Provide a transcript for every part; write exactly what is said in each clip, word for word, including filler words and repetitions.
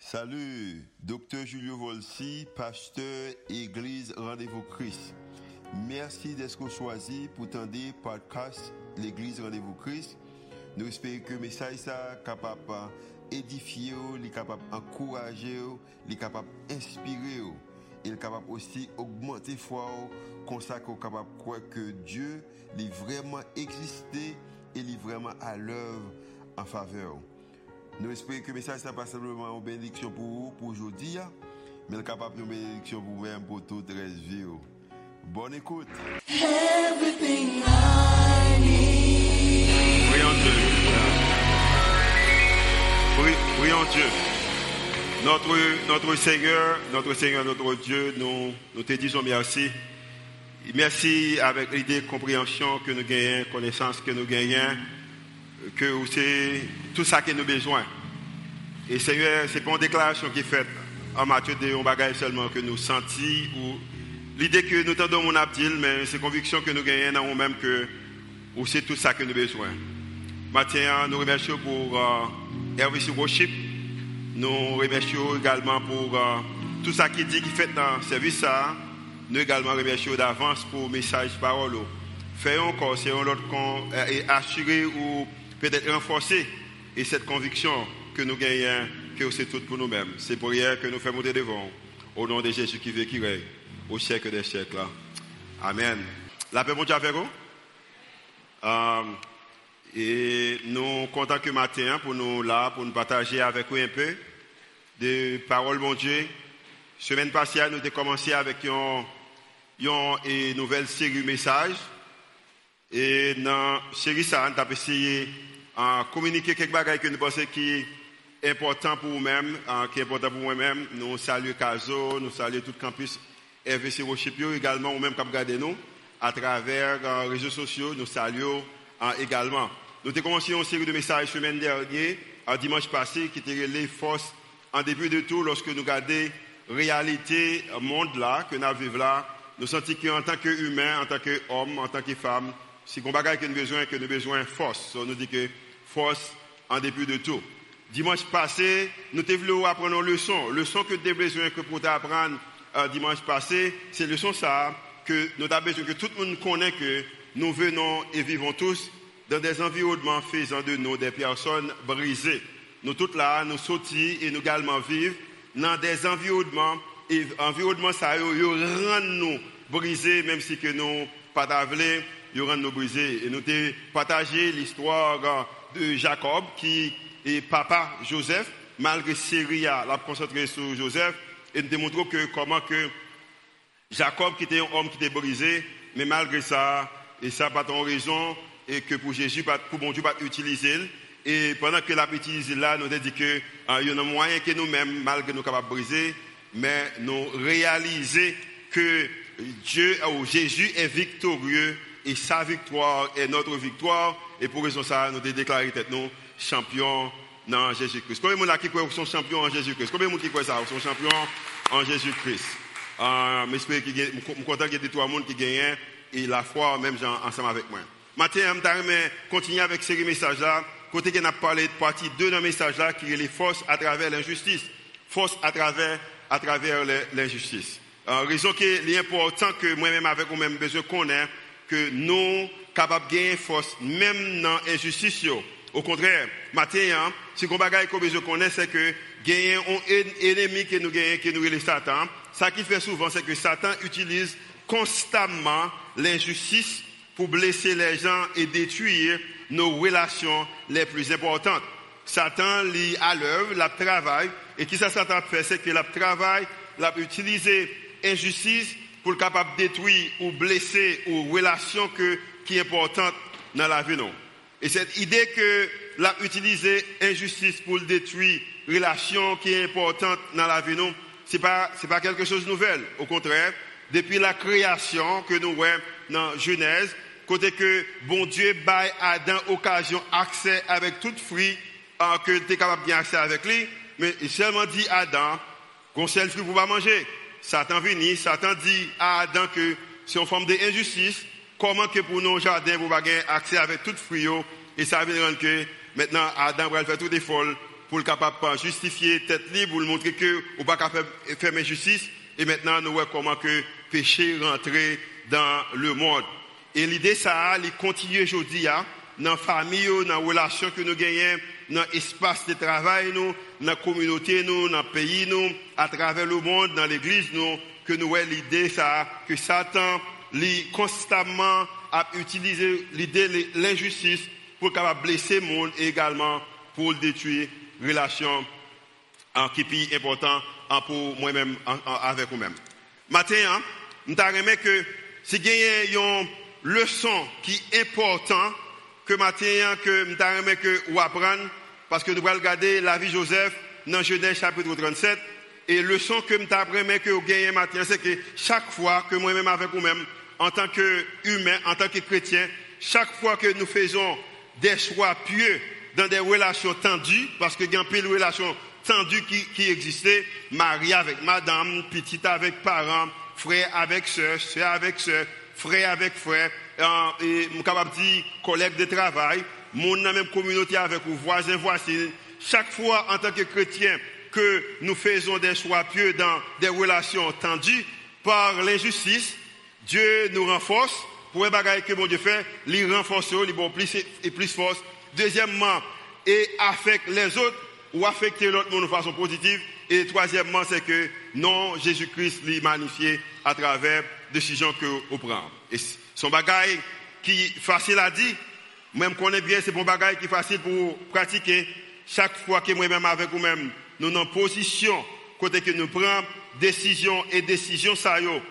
Salut, docteur Julio Volsi, pasteur Église Rendez-vous Christ. Merci d'être choisi pour tendre podcast l'Église Rendez-vous Christ. Nous espérons que le message est capable d'édifier, capable d'encourager, capable d'inspirer et capable aussi d'augmenter foi, comme ça qu'on est capable de croire que Dieu est vraiment existé et est vraiment à l'œuvre en faveur. Nous espérons que le message n'est pas simplement une bénédiction pour vous, pour aujourd'hui, mais capable de une bénédiction pour vous-même, pour toute la vie. Bonne écoute. Everything I need. Prions Dieu. Prions Dieu. Notre, notre Seigneur, notre Seigneur, notre Dieu, nous, nous te disons merci. Merci avec l'idée de compréhension que nous gagnons, connaissance que nous gagnons, que c'est tout ça que nous avons besoin. Et Seigneur, ce n'est pas une déclaration qui est faite en matière de un bagage seulement que nous sentons, ou l'idée que nous tendons mon abdil, mais c'est conviction que nous gagnons dans nous-mêmes que c'est tout ça que nous avons besoin. Matin, nous remercions pour uh, R V C Worship. Nous remercions également pour uh, tout ça qui dit qui fait dans le service. Ça. Nous également remercions d'avance pour le message parole. Faisons encore, c'est un autre con, et assurer ou peut-être renforcer et cette conviction que nous gagnons, que c'est tout pour nous-mêmes. C'est pour hier que nous faisons monter devant. Au nom de Jésus qui veut, qui règne, au siècle des siècles. Amen. La paix, mon Dieu, avec vous. Um, et nous sommes contents que matin pour nous là, pour nous partager avec vous un peu de paroles, mon Dieu. Semaine passée, nous avons commencé avec une, une nouvelle série de messages. Et dans cette série, ça, nous avons essayé de communiquer quelques choses que nous pensons qui est important pour nous-mêmes, qui est important pour moi-même. Nous saluons Caso, nous saluons tout le campus R V C Worship, également, ou même qui regardez nous à travers les réseaux sociaux. Nous saluons également. Nous avons commencé une série de messages la semaine dernière, dimanche passé, qui était les forces en début de tout, lorsque nous regardons la réalité, le monde là, que nous vivons là. Nous sentons qu'en tant qu'humains, en tant qu'hommes, en tant que femmes, c'est qu'on bagaille que nous avons besoin, que nous avons besoin de force. On nous dit que force en début de tout. Dimanche passé, nous devons apprendre une leçon. Leçon que nous avons besoin que pour apprendre euh, dimanche passé, c'est la leçon ça, que nous avons besoin que tout le monde connaisse que nous venons et vivons tous dans des environnements faisant de nous des personnes brisées. Nous tous là, nous sortons et nous également vivons dans des environnements, et environnements ça, ils rendent nous brisés, même si que nous pas d'avler, ils rendent nous brisés. Et nous avons partagé l'histoire de Jacob, qui est papa Joseph, malgré Syria, l'a concentré sur Joseph, et nous démontrons que comment que Jacob, qui était un homme qui était brisé, mais malgré ça, et ça pas ton raison, et que pour Jésus, pour bon Dieu, pas utiliser. Et pendant que l'a utilisé là, nous avons dit que il y a un moyen que nous-mêmes, malgré nous capables de briser, mais nous réaliser que Dieu ou Jésus est victorieux et sa victoire est notre victoire. Et pour raison ça, nous avons déclaré tête nous champions dans Jésus-Christ. Combien de gens qui croient qu'ils sont champions en Jésus-Christ? Combien de gens qui croient ça? Ils sont champions en Jésus-Christ. Euh, j'espère que je suis content qu'il y ait des trois personnes qui gagnent et la foi, même gens ensemble avec moi. Maintenant, je vais continuer avec ces messages-là. Côté qu'on a parlé de partie deux dans le message-là, qui est les forces à travers l'injustice. Force à travers, à travers l'injustice. Euh, raison qu'il est important que moi-même, avec vous-même, besoin qu'on ait, que nous, capables de gagner force, même dans l'injustice. Au contraire, maintenant, ce qu'on a besoin qu'on ait, c'est que gagner un ennemi que nous gagnons, que nous est Satan. Ça qui fait souvent, c'est que Satan utilise constamment l'injustice pour blesser les gens et détruire nos relations les plus importantes. Satan lit à l'œuvre, la travail, et qui ça Satan fait, c'est que la travail, l'a utilisé injustice pour le capable de détruire ou blesser ou relation que qui est importante dans la vie non. Et cette idée que l'a utilisé injustice pour le détruire relation qui est importante dans la vie non, c'est pas c'est pas quelque chose de nouvel. Au contraire, depuis la création que nous voyons dans Genèse, côté que bon Dieu baille Adam occasion accès avec tout fruit euh, que tu es capable de bien accès avec lui, mais il seulement dit à Adam qu'on seul fruit pour pas manger. Satan vient, Satan dit à Adam que c'est une forme d'injustice. Comment que pour nos jardins vous pas accès avec tout fruit et ça veut dire que maintenant Adam va faire tout des folles pour le capable justifier tête libre, pour le montrer que ou pas capable faire injustice. Et maintenant, nous voyons comment que péché rentrer dans le monde. Et l'idée, ça, il continue aujourd'hui, dans la famille, dans la relation que nous gagnons, dans l'espace de travail, nous, dans la communauté, nous, dans le pays, nous, à travers le monde, dans l'église, nous, que nous voyons l'idée, ça, que Satan, lui, constamment, a utilisé l'idée de l'injustice pour capable blesser le monde et également pour détruire les relations qui est important pour moi-même, avec vous-même. Maintenant, nous avons que si il y a une leçon qui est importante, que maintenant, que nous avons que vous apprendre, parce que nous allons regarder la vie de Joseph dans Genèse chapitre trente-sept, et leçon que nous avons que vous gagnez maintenant, c'est que chaque fois que moi-même avec vous-même, en tant qu'humain, en tant que chrétien, chaque fois que nous faisons des choix pieux dans des relations tendues, parce qu'il y a un peu de relations tendues qui, qui existaient, mari avec madame, petite avec parents, frère avec soeur, soeur avec soeur, frère avec frère, euh, et mon capable dire collègue de travail, mon dans la même communauté avec vous, voisins, voisines. Chaque fois en tant que chrétien que nous faisons des choix pieux dans des relations tendues par l'injustice, Dieu nous renforce. Pour un bagage que mon Dieu fait, il renforce, il bon plus et plus force. Deuxièmement, et affecte les autres ou affecter l'autre monde de façon positive. Et troisièmement, c'est que non, Jésus-Christ l'est magnifié à travers les décisions que vous prenez. Et son bagage qui est facile à dire, même qu'on est bien, c'est un bagage qui est facile pour pratiquer. Chaque fois que moi-même avec vous-même, nous sommes en position, côté que nous prenons décision et décision, ça y est.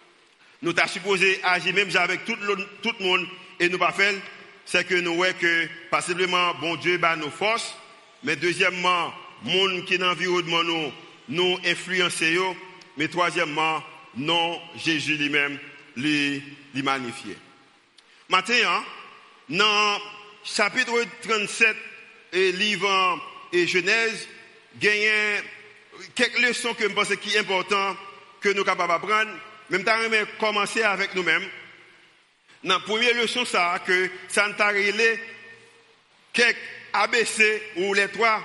Nous t'as supposé agir même avec tout le, tout le monde et nous pas faire, c'est que nous voyons que, pas simplement, bon Dieu, bah, nos forces, mais deuxièmement, monde qui est dans l'environnement nous, nous influencer, mais troisièmement, non, Jésus lui-même, lui, lui magnifié. Maintenant, dans chapitre trente-sept, et livre et Genèse, il y a quelques leçons que je pense qui sont importantes que nous sommes capables d'apprendre. Même temps, on commencer avec nous-mêmes. Dans la première leçon, ça, que ça nous a révélé quelques A B C ou les trois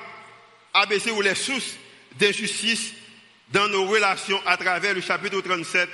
A B C ou les sources d'injustice dans nos relations à travers le chapitre trente-sept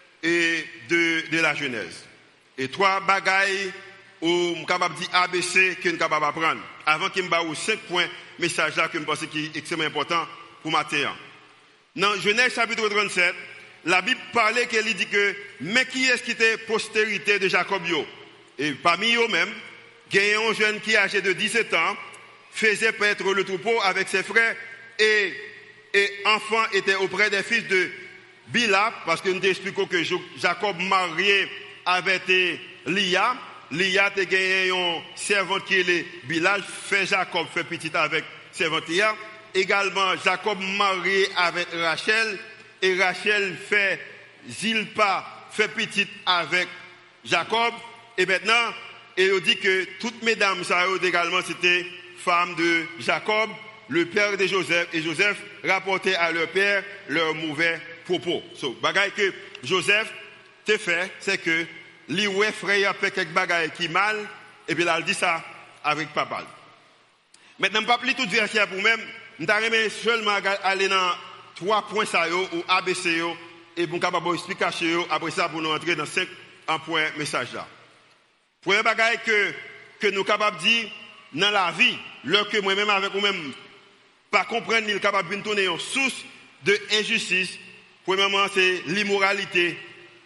et de, de la Genèse. Et trois bagailles où je suis capable de dire A B C que nous sommes capables d'apprendre. Avant qu'il me baille cinq points, message là que je pense qui est extrêmement important pour matin. Dans Genèse chapitre trente-sept, la Bible parlait qu'elle dit que, mais qui est-ce qui était postérité de Jacob yo? Et parmi eux-mêmes, il y a un jeune qui, âgé de dix-sept ans, faisait paître le troupeau avec ses frères et, et enfant était auprès des fils de Bila, parce que nous expliquons que Jacob marié avec Lia. Lia a gagné un servant qui est Bila, fait Jacob, fait petit avec servante Lia. Également, Jacob marié avec Rachel. Et Rachel fait Zilpa, fait petite avec Jacob. Et maintenant, il dit que toutes mesdames, ça également, c'était femmes de Jacob, le père de Joseph. Et Joseph rapportait à leur père leurs mauvais propos. So, bagaille que Joseph te fait, c'est que lui, ouais, frère, fait quelques bagailles qui mal, et puis là, il dit ça avec papa. Maintenant, je ne vais pas lire tout verset pour même, je vais seulement aller dans trois points ça yo, ou A B C yo, et pour capable explication après ça pour nous entrer dans cinq en point message là. Premier bagage que que nous capable dire dans la vie, lorsque que moi même avec vous même pas comprendre il capable de tourner une source de injustice. Premièrement, c'est l'immoralité,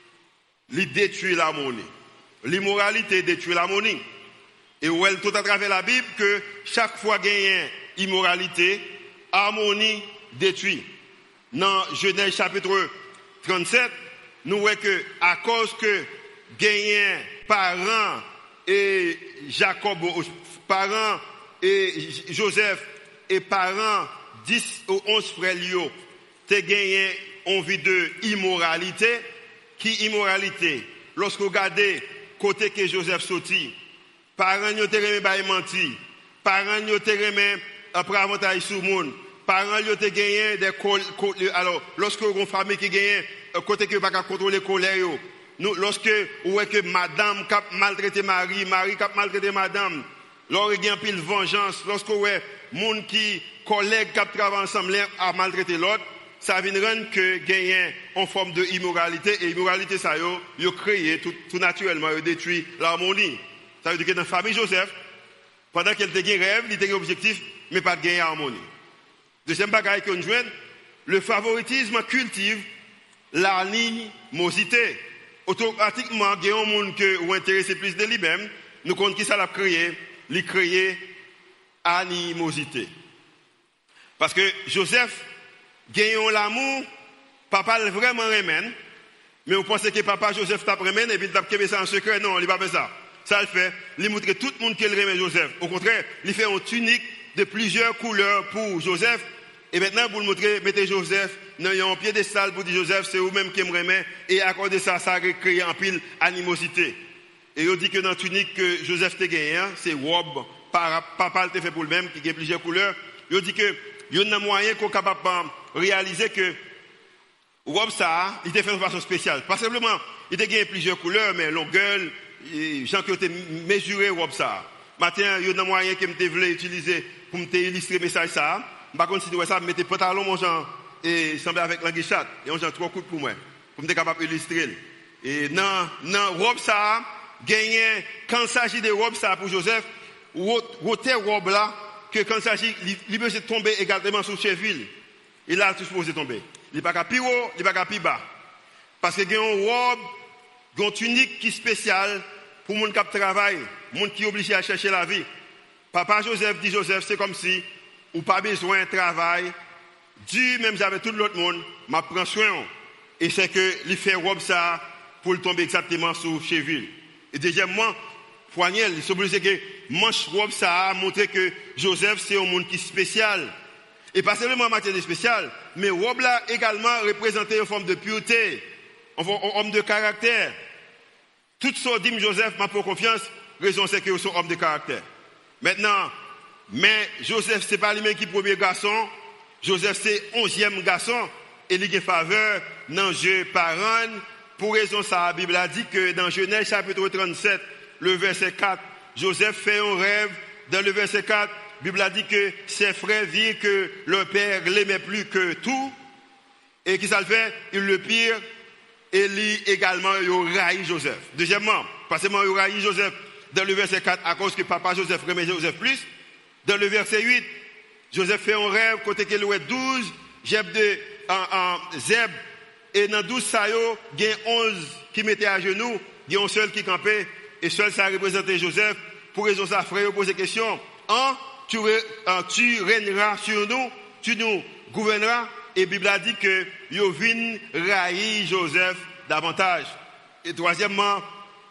li détruit l'harmonie. L'immoralité détruit l'harmonie. Et où elle tout à travers la Bible que chaque fois qu'il y a immoralité, harmonie détruit. Dans Genèse chapitre trente-sept, nous voyons que à cause que gagnent parents et Jacob, parents et Joseph et parents dix ou onze frères liés, te gagné envie de immoralité. Qui immoralité? Lorsque vous regardez côté que Joseph sorti, parents n'ont pas remis menti, parents n'ont pas remis après avantage sur le monde. Parents ont gagné des colères. Alors, lorsque vous avez une famille qui gagne, côté que vous ne pouvez pas contrôler les colères, lorsque vous voyez que madame a maltraité Marie, Marie a maltraité madame, lorsqu'il y a une vengeance, lorsqu'il y a des gens qui, collègues qui travaillent ensemble, à maltraiter l'autre, ça vient rendre que gagne en forme de immoralité. Et immoralité, ça y a créé tout, tout naturellement, il détruit l'harmonie. Ça veut dire que dans la famille Joseph, pendant qu'elle a un rêve, il a un objectif, mais pas de gagner harmonie. Deuxième bagaille qu'on joue, le favoritisme cultive l'animosité. Automatiquement, il y a un monde qui est intéressé plus de lui-même. Nous comptons qui ça l'a créé, il créé animosité. Parce que Joseph gagne l'amour, papa le vraiment remène, mais vous pensez que papa Joseph t'a remène et puis il t'a fait ça en secret. Non, il n'a pas fait ça. Ça le fait, il montre tout le monde qu'il remet Joseph. Au contraire, il fait une tunique de plusieurs couleurs pour Joseph. Et maintenant, pour le montrer, mettez Joseph dans un piédestal pour dire Joseph, c'est vous-même qui me remet. Et à cause de ça, ça a créé un pile animosité. Et il dit que dans la tunique que Joseph t'a gagné, c'est robe, papa t'a fait pour le même, qui a plusieurs couleurs. Il dit que il y a un moyen qu'on est capable de réaliser que robe ça, il t'a fait de façon spéciale. Pas simplement, il t'a gagné plusieurs couleurs, mais longueur, gens qui ont mesuré robe ça. Matin, il y a un moyen que je voulais utiliser pour illustrer le message ça. Par contre, si tu vois ça, mettez pantalon, mon genre, et semble avec l'anguichat. Et on genre trois coups pour moi, pour me capable d'illustrer. Et non, non, robe ça, gagner, quand il s'agit de robe ça pour Joseph, roter robe là, que quand il s'agit, il peut se tomber également sur cheville. Il a tout supposé tomber. Il n'est pas qu'à plus haut, il n'est pas qu'à plus bas. Parce que il y a une robe, une tunique qui est spéciale pour les gens qui travaillent, les gens qui sont obligés à chercher la vie. Papa Joseph dit Joseph, c'est comme si ou pas besoin de travail. Dieu, même avec tout l'autre monde, m'a prend soin. Et c'est que il fait robe ça pour le tomber exactement sur cheville. Et deuxièmement, poignel, il s'oblige que manche robe ça a montré que Joseph c'est un monde qui est spécial. Et pas seulement en matière de spécial, mais robe là également représentait une forme de pureté, un homme de caractère. Tout ça dit Joseph m'a pour confiance, raison c'est que sont homme de caractère. Maintenant, mais Joseph c'est pas lui-même qui est premier garçon, Joseph c'est onzième garçon et il a faveur dans jeu parent. Pour raison ça, la Bible a dit que dans Genèse chapitre trente-sept, le verset quatre, Joseph fait un rêve. Dans le verset quatre, la Bible a dit que ses frères virent que leur père l'aimait plus que tout. Et qui ça le fait? Il le pire. Et lui également, il raït Joseph. Deuxièmement, pas seulement il raït Joseph dans le verset quatre à cause que papa Joseph remet Joseph plus. Dans le verset huit, Joseph fait un rêve, côté qu'il y a douze, Zeb de en, en Zeb. Et dans douze saillots, il y a onze qui mettaient à genoux, il y a un seul qui campait, et seul ça représentait Joseph. Pour raison ça, frère, pose question. Un, tu, tu régneras sur nous, tu nous gouverneras. Et la Bible a dit que Yovin raït Joseph davantage. Et troisièmement,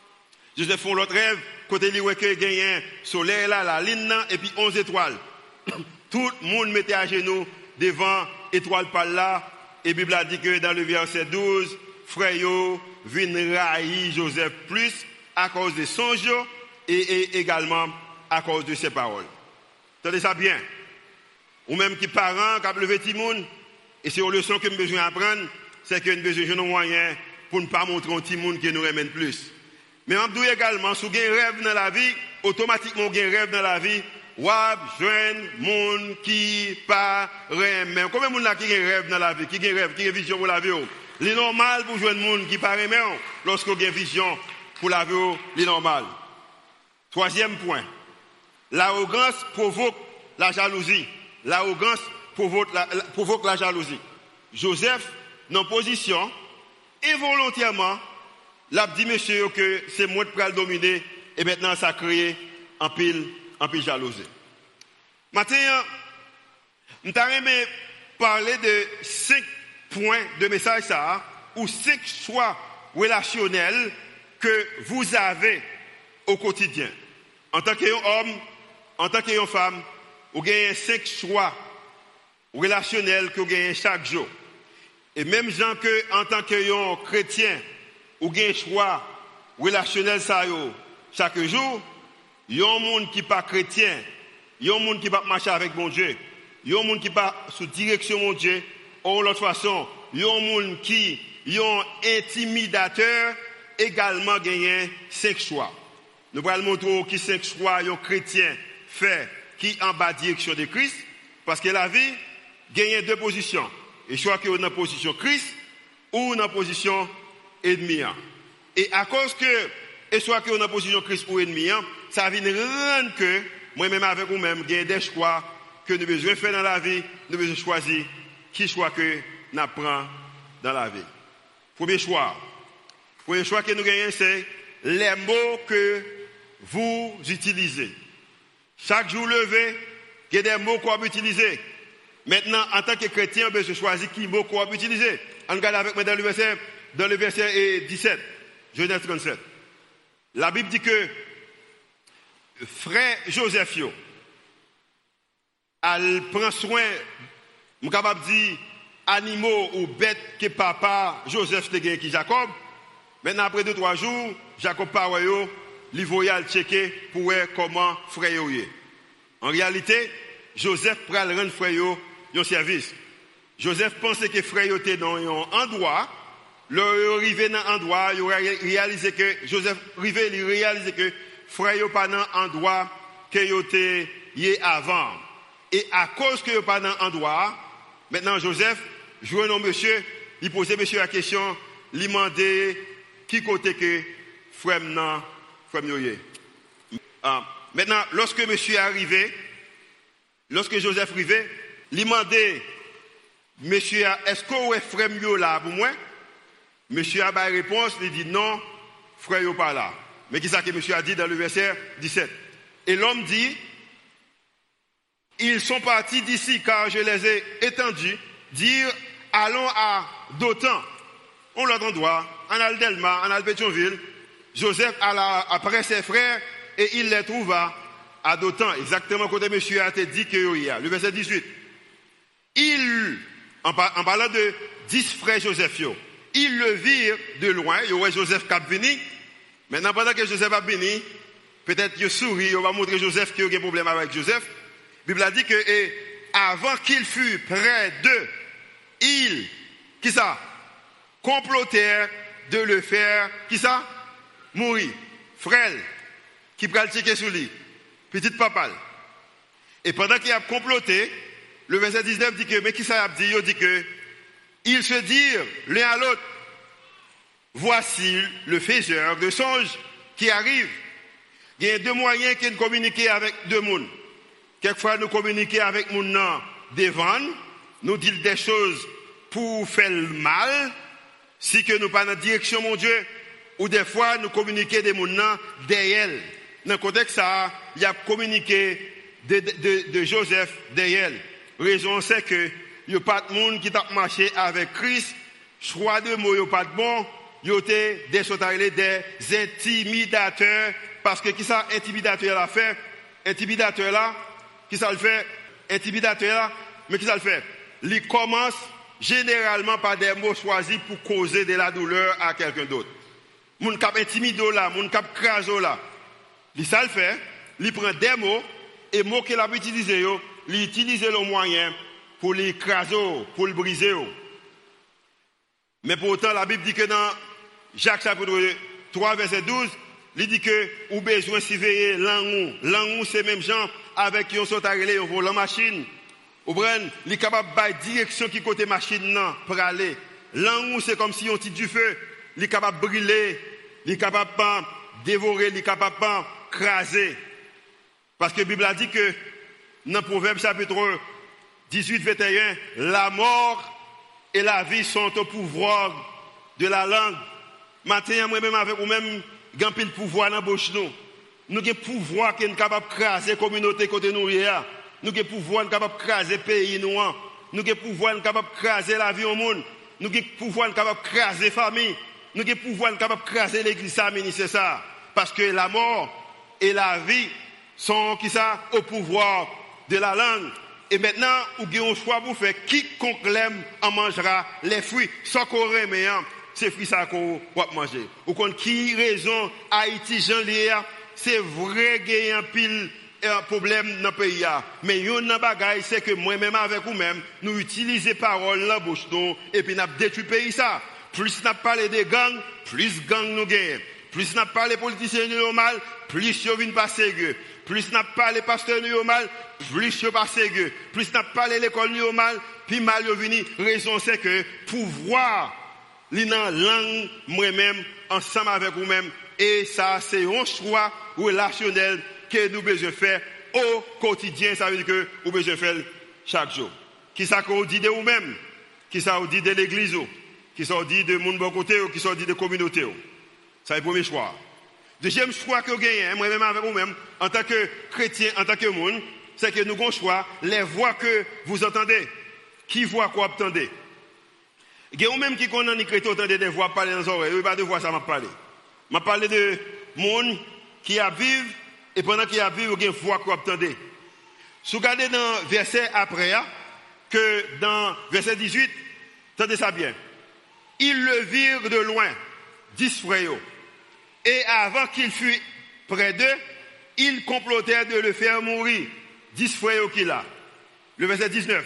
Joseph fait l'autre rêve, côté lui, il y a un soleil là, la ligne, et puis onze étoiles. Tout le monde mettait à genoux devant étoile par là. Et la Bible a dit que dans le verset douze, frère yo vin raït Joseph plus à cause de son jeu et, et également à cause de ses paroles. Tenez ça bien. Ou même qui parents qui ont levé Timoun, et c'est une leçon que nous avons besoin d'apprendre, c'est que nous avons besoin de moyens pour ne pas montrer un Timoun qui nous ramène plus. Mais on dit également, si vous avez un rêve dans la vie, automatiquement vous avez un rêve dans la vie, wab, jeune, monde qui pas remet. Combien de monde qui a un rêve dans la vie, qui a un rêve, qui a une vision pour la vie? C'est normal pour jeune monde qui pas remet lorsqu'on a une vision pour la vie, c'est normal. Troisième point. L'arrogance provoque la jalousie. L'arrogance provoque la, la, provoque la jalousie. Joseph, dans position, involontairement, l'a dit monsieur que c'est moi qui vais le dominer et maintenant ça a créé un pile en pile jalousie. Maintenant, nous allons parler de cinq points de message ça, ou cinq choix relationnels que vous avez au quotidien. En tant qu'homme, en tant que femme, vous avez cinq choix relationnels que vous avez chaque jour. Et même gens que, en tant que chrétien, vous avez un choix relationnel ça chaque jour. Il y a un monde qui n'est pas chrétien, il y a un monde qui ne va pas marcher avec mon Dieu, il y a un monde qui n'est pas sous direction de mon Dieu, ou de l'autre façon, il y a un monde qui est un intimidateur, également gagné cinq choix. nous allons montrer qui c'est choix les chrétiens fait qui en bas direction de Christ. Parce que la vie gagne deux positions. Et soit que vous êtes dans la position Christ ou dans la position ennemi. Et à cause que, et soit que vous êtes dans la position Christ ou ennemi, ça vient rendre que, moi-même avec vous-même, il y a des choix que nous devons faire dans la vie, nous devons choisir qui choix que nous prenons dans la vie. Premier choix. Premier choix que nous gagnons, c'est les mots que vous utilisez. Chaque jour levé, il y a des mots qu'on va utiliser. Maintenant, en tant que chrétien, je choisis qui mot qu'on va utiliser. On regarde avec moi dans le verset, dans le verset dix-sept, Genèse trente-sept. La Bible dit que frère Joseph, elle prend soin, je suis capable de dire, animaux ou bêtes que papa Joseph te gagne qui Jacob. Maintenant, après deux, trois jours, Jacob parle, il voyait le checker pour voir comment frère est. En réalité, Joseph prend le rendre frère un service. Joseph pensait que frère était dans un endroit. Lorsqu'il est arrivé dans un endroit, il a réalisé que Joseph arrivé, il réalisé que frère n'est pas dans un endroit qu'il était avant. Et à cause qu'il n'est pas dans un endroit, maintenant Joseph joue un monsieur, il posait monsieur la question, il demandait qui côté que frère n'a frère n'est. Maintenant, lorsque monsieur est arrivé, lorsque Joseph est arrivé, il demandait monsieur, est-ce que vous êtes frère là pour moi? Monsieur a la réponse, il dit non, frère n'est pas là. Mais qu'est-ce que monsieur a dit dans le verset dix-sept? Et l'homme dit, ils sont partis d'ici car je les ai étendus, dire allons à Dothan. On l'autre endroit, en Aldelma, en Alpétionville. Joseph alla après ses frères et il les trouva à Dothan, exactement côté monsieur a été dit que y a. Le verset dix-huit. Il, en, en parlant de dix frères Joseph, ils le virent de loin, il y aurait Joseph qui a venu. Maintenant, pendant que Joseph a venu, peut-être qu'il sourit, on va montrer Joseph qu'il y a un problème avec Joseph. La Bible a dit que et avant qu'il fût près d'eux, ils, qui ça, complotèrent de le faire, qui ça, mourir. Frêle, qui pral checker sous lui, petite papale. Et pendant qu'il a comploté, le verset dix-neuf dit que, mais qui ça a dit, il dit que, ils se dirent l'un à l'autre, voici le faiseur de songes qui arrive. Il y a deux moyens qui nous communiquer avec deux mondes. Quelquefois, nous communiquer avec mon nom devant, nous dire des choses pour faire le mal, si que nous pas dans la direction, mon Dieu, ou des fois, nous communiquer des mon nom derrière. Dans le contexte, ça, il y a communiqué de, de, de, de Joseph derrière. Raison, c'est que il n'y a pas de monde qui t'a marché avec Christ, choix de mots, il n'y a pas de bon, il y a des, des intimidateurs, parce que qui ça, intimidateur l'a fait? Intimidateur là, qui ça le fait? Intimidateur là, mais qui ça le fait? Il commence généralement par des mots choisis pour causer de la douleur à quelqu'un d'autre. Moun kap intimido là, moun kap craso là. Il ça le fait, il prend des mots, et mots qu'il a utilisés, il utilise le moyen pour les craser, pour le briser. Mais pourtant, la Bible dit que dans Jacques chapitre trois, verset douze, il dit que ou besoin de surveiller l'angou. L'angou, c'est même gens avec qui on sont arrêtés, on vole la machine. Ou bien, il est capable de direction qui côté machine non, pour aller. L'angou, c'est comme si on tire du feu. Il est capable de brûler, il est capable de dévorer, il est capable de craser. Parce que la Bible a dit que dans Proverbe chapitre dix-huit, vingt et un, la mort et la vie sont au pouvoir de la langue. Maintenant, moi-même avec vous-même, nous avons le pouvoir dans la bouche. Nous avons le pouvoir qui est capable de craser la communauté côté nous. Nous avons le pouvoir capable de craser le pays. Nous avons le pouvoir capable de craser la vie au monde. Nous avons le pouvoir capable de craser la famille. Nous avons le pouvoir capable de craser l'église. C'est ça. Parce que la mort et la vie sont qui ça, au pouvoir de la langue. Et maintenant, vous avez un choix pour faire quiconque l'aime en mangera les fruits. Sans qu'on remet, c'est fruits ça qu'on va manger. Ou qu'on qui raison Haïti, Jean Léa, c'est vrai qu'il y a un pile un problème dans le pays. Mais il y a un bagage, c'est que moi-même avec vous-même, nous utilisons paroles dans la bouche et puis nous détruisons le pays. Ça. Plus nous parlons des gangs, plus gangs nous gagnons. Plus n'a pas les politiciens nous mal, plus ils viennent pas sérieux. Plus n'a pas les pasteurs nous mal, plus ils pas sérieux. Plus n'a pas l'école nous mal, puis mal ils viennent. Raison c'est que pouvoir li nan langue moi-même ensemble avec vous-même et ça c'est un choix relationnel que nous besoin faire au quotidien. Ça veut dire que nous besoin faire chaque jour. Qui ça qu'on dit de vous-même, qui ça on dit de l'église, qui ça on dit de monde bon côté, qui ça on dit de communauté. Ça c'est le premier choix. Deuxième choix que vous gagnez, moi-même avec vous-même, en tant que chrétien, en tant que monde, c'est que nous avons choix les voix que vous entendez. Qui voit quoi entendez? Il y a même qui connaît les chrétiens entendent des voix parler dans les oreilles. Il n'y a pas de voix, ça m'a parlé. Je parle de monde qui a vivre et pendant qu'il a vivre, il y a une voix qu'on entendez. Si vous regardez dans le verset après, que dans verset dix-huit, entendez ça bien. Ils le virent de loin, dix frères. Et avant qu'il fût près d'eux, ils complotèrent de le faire mourir. Dix frères qu'il a. Le verset dix-neuf.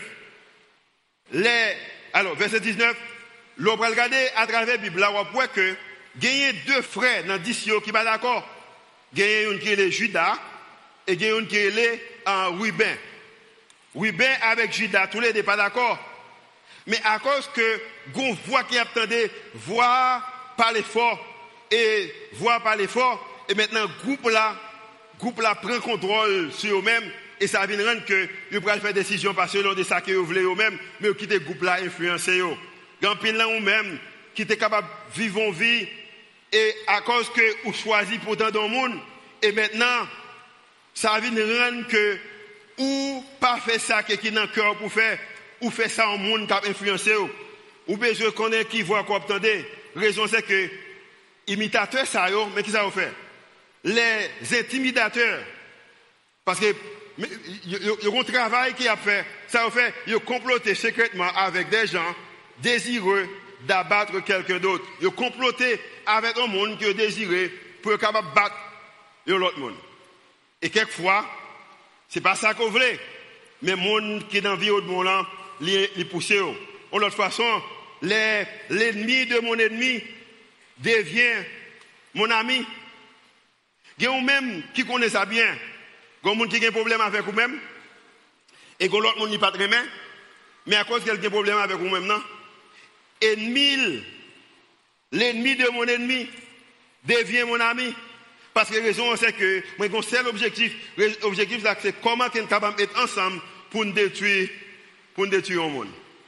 Les, alors, verset dix-neuf. L'on va regarder à travers la Bible, on voit que il y a deux frères dans dix qui ne sont pas d'accord. Il y a un qui est le Judas et il y a un qui est le Ruben. Ruben avec Judas, tous les deux pas d'accord. Mais à cause que on voit qui attendait, voix parler fort et voix parler fort, et maintenant groupe là, groupe là prend contrôle sur eux-mêmes et ça vient rendre que ils peuvent faire des décisions pas selon de ça que vous voulez eux-mêmes, mais ils quittent groupe là influencer eux. Grand pile là ou même qui était capable de vivre une vie et à cause que vous choisissez pourtant dans le monde et maintenant ça vient rendre que ou pas faire ça qui est dans le cœur pour faire ou faire ça en monde qui a influencé ou ou besoin connaître qui voit quoi attendez. Raison c'est que imitateurs ça yo mais qui ça va faire les intimidateurs parce que il y a un travail qui a fait ça va faire ils comploter secrètement avec des gens désireux d'abattre quelqu'un d'autre. Ils ont comploté avec un monde qui est désiré pour être capable de battre l'autre monde. Et quelquefois, ce n'est pas ça qu'on voulait. Mais le monde qui est dans la vie de monde là, il pousse. De l'autre façon, les, l'ennemi de mon ennemi devient mon ami. Il y a même qui connaît ça bien. Il y a un monde qui a un problème avec vous-même. Et que l'autre monde n'est pas très bien. Mais à cause qu'il y a un problème avec vous-même, non? Ennemi, l'ennemi de mon ennemi devient mon ami. Parce que la raison, c'est que mon seul objectif, l'objectif, c'est comment nous sommes capables d'être ensemble pour nous détruire, pour nous détruire le monde.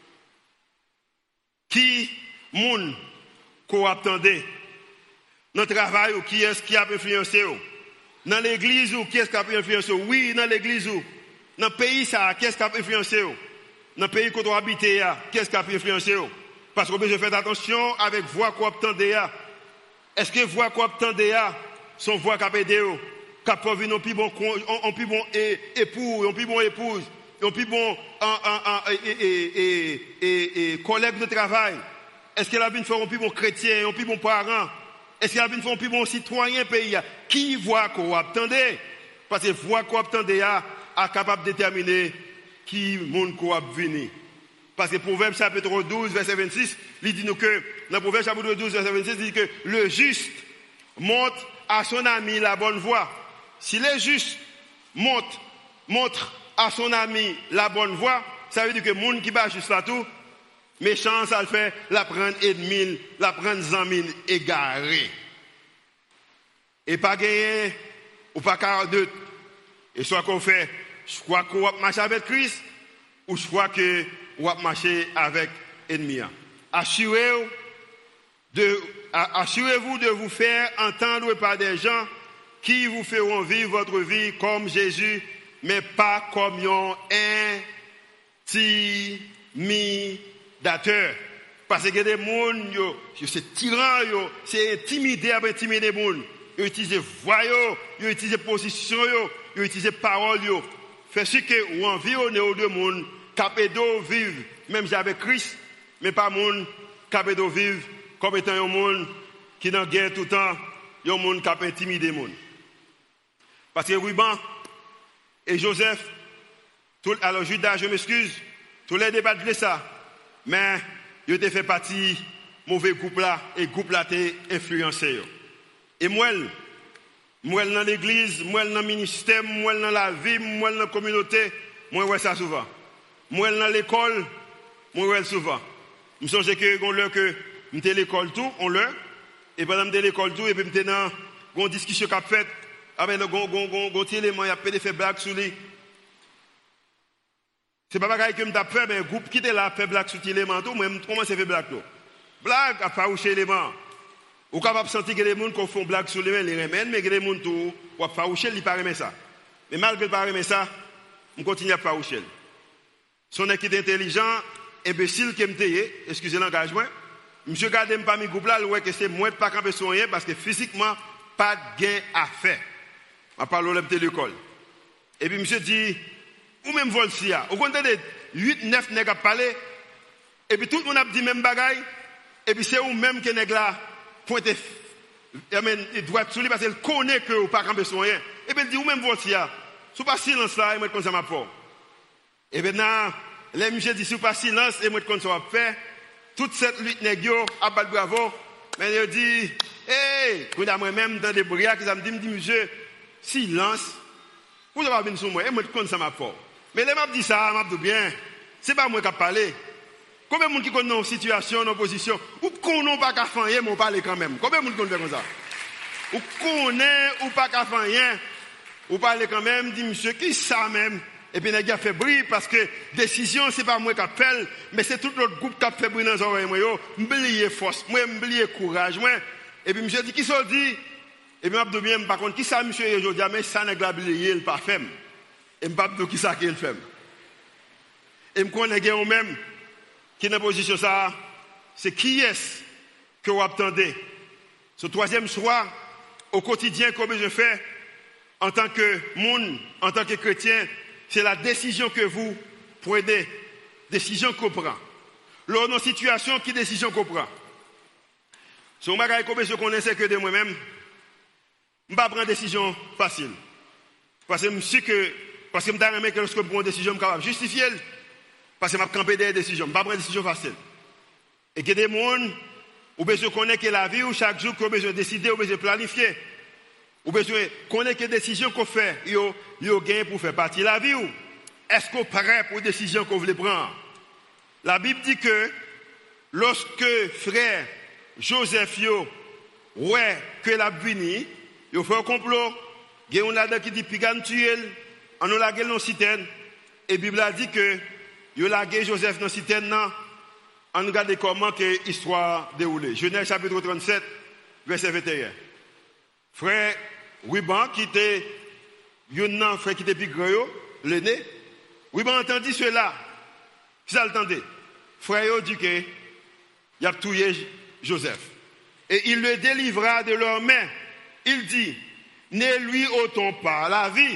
Qui, monde, qu'on attendait, dans le travail, ou qui est-ce qui a influencé? Dans l'église, ou qui est-ce qui a influencé? Oui, dans l'église, ou dans le pays, ça, qui est-ce qui a influencé? Dans le pays où on habite, qui est-ce qui a influencé? Parce que je fais attention avec voix qu'on attendait. Est-ce que voix qu'on attendait sont voix qui a aidé, qui a provu un plus bon époux, un plus bon épouse, un plus bon collègue de travail? Est-ce qu'elle a bien fait un plus bon chrétien, un plus bon parent? Est-ce qu'elle a bien fait un plus bon citoyen pays? Qui voit qu'on attendait? Parce que voix qu'on attendait est capable de déterminer qui monde qu'on a venu. Parce que Proverbe chapitre douze, verset vingt-six, il dit nous que, dans Proverbe chapitre douze, verset vingt-six, il dit que le juste montre à son ami la bonne voie. Si le juste montre, montre à son ami la bonne voie, ça veut dire que le monde qui bat juste là tout, méchant, ça le fait, la prendre ennemi, la prendre zamine égaré. Et pas gagner, ou pas quarante-deux. Et soit qu'on fait, soit qu'on va marcher avec Christ, ou soit que ou à marcher avec ennemi. Assurez-vous de, assurez-vous de vous faire entendre par des gens qui vous feront vivre votre vie comme Jésus, mais pas comme un intimidateur. Parce que des gens, c'est tyran, c'est intimider à intimider des gens. Ils utilisent voix, ils utilisent position, ils utilisent parole. Fait ce que vous environnez aux deux mondes. Capédo vivre, même avec Christ, mais pas monde capédo vivre comme étant un monde qui est dans la guerre tout le temps, un monde qui a intimidé le monde. Parce que Ruben et Joseph, tout, alors Judas, je m'excuse, tous les débats de ça, mais ils ont fait partie du mauvais groupe là, et le groupe là a influencé. Et moi, moi dans l'église, moi dans le ministère, moi dans la vie, moi dans la communauté, moi ouais ça souvent. Moi dans l'école, moi ouais souvent. Je me souviens que on l'heure que m'étais l'école tout, on l'heure et pendant m'étais l'école tout et puis m'étais dans une discussion qu'a fait avec le gon gon gon gon élément, il a peut fait blague sur lui. C'est pas bagaille que m't'a fait mais groupe qui était là fait blague sur l'élément tout, moi commence à faire blague tout. Blague à faroucher l'élément. Ou capable sentir que les gens qui font blague sur les mains, les remèdes, mais que les gens qui font faroucher, ils ne pas aimer ça. Mais malgré ne pas aimer ça, on continue à faroucher. Son équipe intelligent, imbécile qui me excusez l'engagement, monsieur garde pas mes groupes là, il voit que c'est moins pas camper sur rien parce que physiquement, pas de gain à faire. On parle de l'école. Et puis monsieur dit, ou même Volsia, vous comptez huit neuf nègres à parler, et puis tout le monde a dit même bagaille, et puis c'est vous même qui nègre là, pointe il doit sur lui parce qu'il connaît que vous pas camper sur rien. Et puis il dit, ou même Volsia, sous pas silence là, et moi comme ça m'a pas. Et maintenant, les monsieur dit, sous pas silence, et moi comme ça va faire, toute cette lutte nègre, à battre bravo, mais il dit, hey, vous avez moi-même dans des brouillards qui me dit, me dit, monsieur, silence, vous avez venir sur moi, et moi comme ça m'a pas. Mais les m'a dit ça, m'a dit bien, c'est pas moi qui a parlé. Combien de gens qui connaissent nos situations, nos positions, ou qu'on pas qu'à faire rien, mais on parle quand même. Combien de gens qui connaissent comme ça? Ou connaît ou pas qu'à faire rien, ou parle quand même, dit monsieur, qui ça même? Et puis les gars fait bruit parce que décision, c'est pas moi qui appelle, mais c'est tout l'autre groupe qui a fait bruit dans les oreilles. Moi, m'oublier force, moi, m'oublier courage, moi. Et puis monsieur dit, qui ça dit? Et puis je bien, par contre, qui ça monsieur aujourd'hui, mais ça n'est pas oublié, il pas fait. Et je ne sais pas qui ça qu'il fait. Et je connais que même qui est dans la position ça, c'est qui est-ce que vous attendez? Ce troisième soir, au quotidien, comme je fais, en tant que monde, en tant que chrétien, c'est la décision que vous prenez, décision qu'on prend. Lors de nos situations, qui décision qu'on prend? Si on bagaille comme je connais, c'est que de moi-même, je ne vais pas prendre une décision facile. Parce que je sais que, parce que je me dis que lorsque je prends une décision, je suis capable de justifier. Parce que je vais camper des décisions. Je ne vais pas prendre une décision facile. Et que des gens, ou besoin de connaître la vie, ou chaque jour, qu'on besoin de décider, ou besoin de planifier. Ou besoin de connaître les décisions qu'on fait, yo, yo gain pour faire partie de la vie. Est-ce qu'on est prêt pour les décisions qu'on veut prendre? La Bible dit que, lorsque frère Joseph, yo, ouais, que la buni, yo fait un complot, il y a un là qui dit, pigan tuer, on a lagé dans la citerne, et la Bible a dit que, yo lagé Joseph dans la citerne, on regarde comment que l'histoire déroulée. Genèse chapitre trente-sept, verset vingt et un. Frère Ruban, qui était, un frère qui était plus grand, l'aîné, Ruban entendit cela. Qui ça l'entendait? Frère dit que, il a tué Joseph. Et il le délivra de leurs mains. Il dit, ne lui ôtons pas la vie.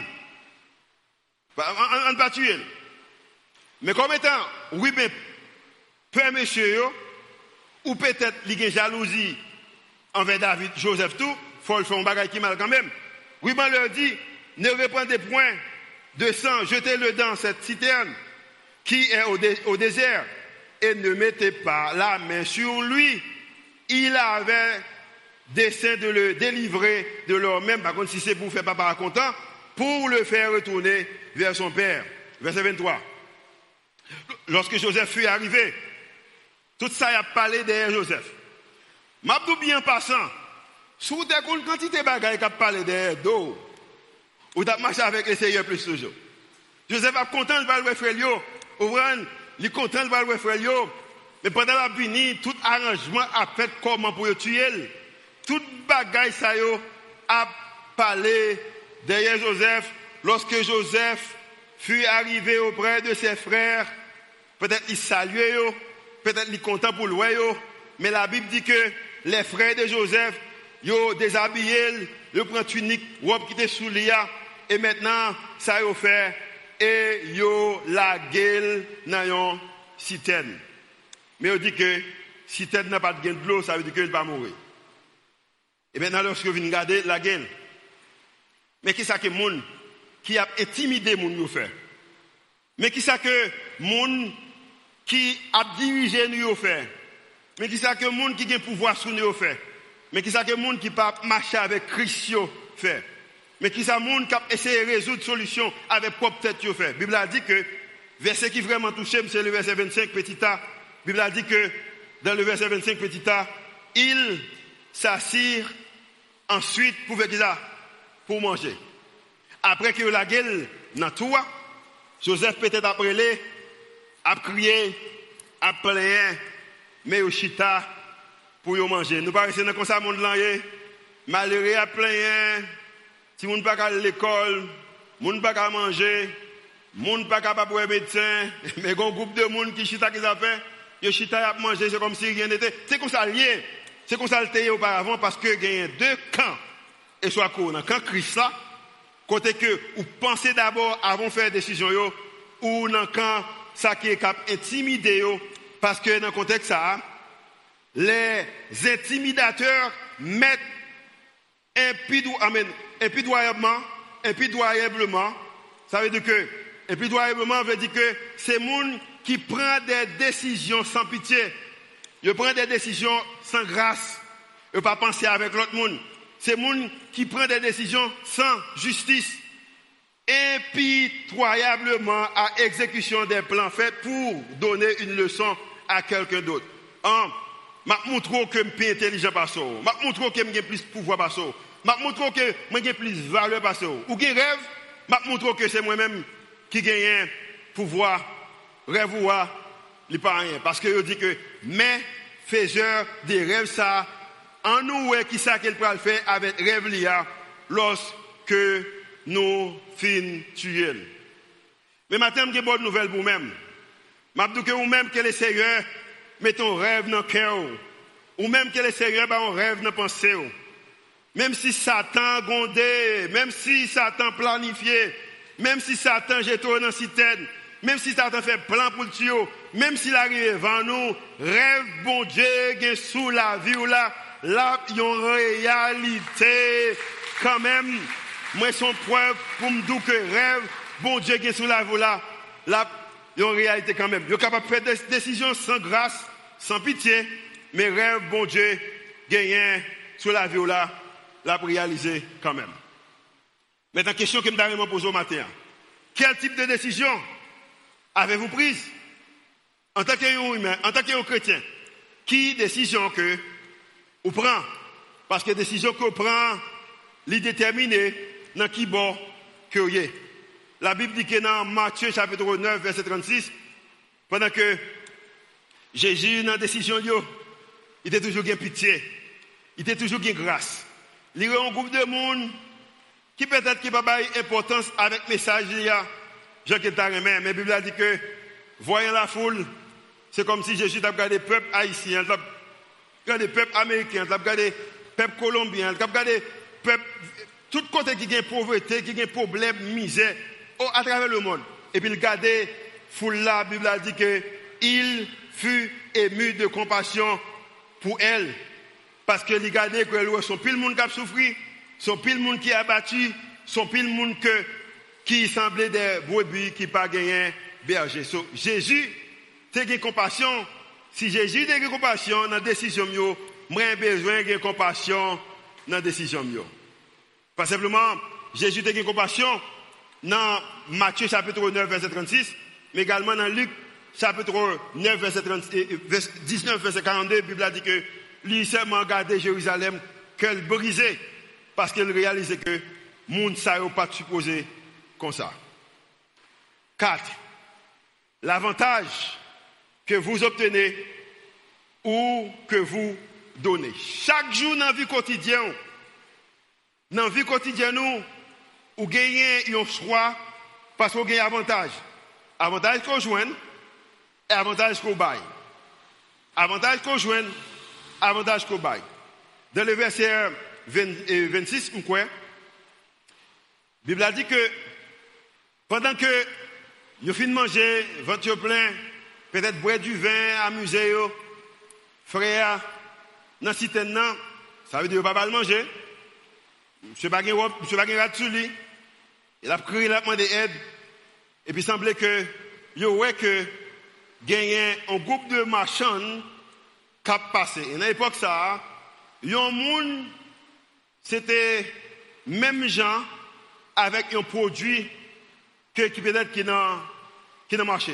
On ne va pas tuer. Mais comme étant, oui, mais, père monsieur, ou peut-être il y a une jalousie envers David, Joseph, tout, il faut le faire un bagage qui mal quand même. Oui, mais leur dit, ne répandez point de sang, jetez-le dans cette citerne qui est au, dé- au désert et ne mettez pas la main sur lui. Il avait dessein de le délivrer de leur même, par contre, si c'est pour faire papa content, pour le faire retourner vers son père. Verset vingt-trois. Lorsque Joseph fut arrivé, tout ça a parlé derrière Joseph. M'abdou bien passant, sous des quantités de bagages qui a parlé derrière d'eau, ou d'as marché avec les seigneurs plus toujours. Joseph a content de voir le frère Lio, il est content de voir le frère Lio, mais pendant la bini, tout arrangement a fait comment pour le tuer. Tout bagage ça yo a parlé derrière Joseph. Lorsque Joseph fut arrivé auprès de ses frères, peut-être il saluait yo, peut-être il est content pour lui yo, mais la Bible dit que les frères de Joseph yo déshabillé, yo prend tunique, robe qui était sous lia, et maintenant ça yo fait et yo la gueule dans yon citerne. Mais on dit que citerne n'a pas de gain de l'eau, ça veut dire qu'il va mourir. Et maintenant lorsque vous venez regarder la gueule, mais qui ça que moun qui a intimidé moun yo fait? Mais qui ça que moun qui a dirigé nous yo fait? Mais qui ça que moun qui a pouvoir sur nous yo fait? Mais qui ça que monde qui pas marcher avec Christ fait? Mais qui ça monde qui a essayé de résoudre solution avec propre tête yo fait? La Bible a dit que verset qui vraiment touché, c'est le verset vingt-cinq petit a. La Bible a dit que dans le verset vingt-cinq petit a, il s'assire ensuite pour faire ça, pour manger. Après que la gueule dans tout, Joseph peut-être après les a crié, a plaint, mais au chita pour y manger. Nous paraissons dans comme ça monde là, malheureux a plaint, si moun pas à l'école, moun pas à manger, moun pas capable pour médecin, mais un groupe de monde qui chita qui ça fait, yo chita a manger, c'est comme si rien n'était. C'est comme ça lié. C'est comme ça le était auparavant parce que il y a deux camps et soit quoi dans camp Christ là, côté que ou pensez d'abord avant de faire décision yo ou dans camp ça qui est cap intimider yo parce que dans le contexte ça les intimidateurs mettent impitoyablement impitoyablement ça veut dire que impitoyablement veut dire que c'est monde qui prend des décisions sans pitié. Ils prennent des décisions sans grâce. Ils ne pas penser avec l'autre monde. C'est les gens qui prennent des décisions sans justice. Impitoyablement à exécution des plans faits pour donner une leçon à quelqu'un d'autre. Hein? Je montre que je suis intelligent par ça. Je montre que j'ai plus de pouvoir par ça. Je montre que j'ai plus de valeur par ça. Ou j'ai rêve, je montre que c'est moi-même qui gagne pouvoir, rêve ou il pas rien parce que il dit que mais faiseur des rêves ça en nous qui ça qu'elle peut faire avec rêve lia lorsque nous fin tuer. Mais maintenant j'ai bonne nouvelle pour même. M'a dit que ou même que les seigneurs mettons rêve dans cœur ou même que les seigneurs ba on rêve dans pensée. Même si Satan gondé, même si Satan planifié, même si Satan jette dans la citerne, même si Satan fait plan pour le tuer, même s'il arrive devant nous, rêve bon Dieu est sous la vie ou là, là, il y a une réalité quand même. Moi, son preuve pour me dire que rêve bon Dieu est sous la vie ou là, là, il y a une réalité quand même. Il est capable de faire des décisions sans grâce, sans pitié, mais rêve bon Dieu est sous la vie ou là, l'a réalisé quand même. Maintenant, question que je me pose au matin. Quel type de décision avez-vous prise en tant qu'humain, en tant que chrétien? Qui décision que vous prenez? Parce que décision que vous prenez, les déterminer dans qui bord que vous êtes. La Bible dit que dans Matthieu chapitre neuf, verset trente-six, pendant que Jésus dans la décision, il était toujours bien pitié, il était toujours bien grâce. Il y a un groupe de monde qui peut-être qui n'a pas d'importance avec le message, Jean qui t'a remis, mais la Bible a dit que, voyant la foule, c'est comme si Jésus a regardé le peuple haïtien, il a regardé le peuple américain, il a regardé le peuple colombien, il a regardé le peuple, tout côté qui a pauvreté, qui a problème, misère, à travers le monde. Et puis il a regardé la foule là, la Bible a dit que, il fut ému de compassion pour elle. Parce que il a regardé que son pile monde qui a souffert, son pile monde qui a abattu, son pile monde que qui semblait des brebis qui pas gagné berger. So, Jésus, tu as compassion. Si Jésus a compassion dans la décision, moi j'ai besoin de compassion dans la décision. Pas simplement, Jésus a compassion dans Matthieu chapitre neuf, verset trente-six, mais également dans Luc chapitre neuf, verset dix-neuf, verset quarante-deux, la Bible a dit que lui seulement regardait Jérusalem qu'elle brisait parce qu'elle réalisait que le monde ne pas supposé comme ça. Quatre. L'avantage que vous obtenez ou que vous donnez. Chaque jour dans la vie quotidienne, dans la vie quotidienne, nous, vous gagnez un choix parce que vous gagnez avantage. Avantage qu'on joigne et avantage qu'on baille. Avantage qu'on joigne, avantage qu'on baille. Dans le verset vingt-six, la Bible a dit que pendant que vous finissez de manger, ventre plein, peut-être boire du vin, amuser, frère, dans la citerne, ça veut dire que vous ne pouvez pas manger. Monsieur Bagin rat sur lui, il a crié, il a demandé aide, et puis il semblait que vous voyez que il y a un groupe de marchands qui a passé. Et dans l'époque, ça, yon monde, c'était même gens avec un produit que, qui peut-être qui dans qui dans marché.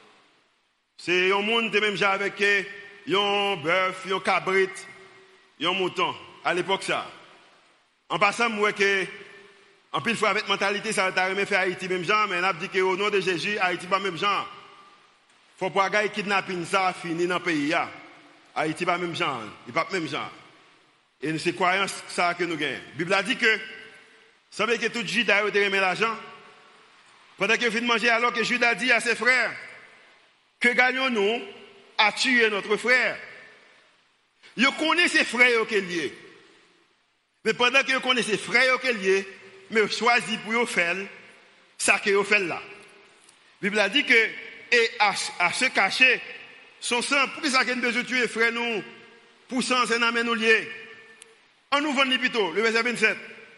C'est un monde de même gens avec un bœuf, un cabrit, un mouton. À l'époque ça. En passant, moi que en pile fois avec mentalité ça t'a remis faire Haïti même gens, mais on a dit que au nom de Jésus, Haïti pas même gens. Faut pas gagner kidnapping ça fini dans le pays. Haïti pas même gens, il pas même gens. Et c'est croyance ça que nous gagnons. La Bible a dit que, vous savez que tout Judas a remis l'argent. Pendant que vient manger, alors que Judas dit à ses frères, que gagnons-nous à tuer notre frère. Ils connaissent ses frères qui sont liés. Mais pendant que vous connaissez ses frères qui sont liés, mais vous choisissez pour vous faire ça que vous faites là. La Bible a dit que, et à, à se cacher, son sang, pour ça qu'il besoin de tuer frère nous, pour ça, c'est un nous liés. En nous vendons plutôt, le verset vingt-sept.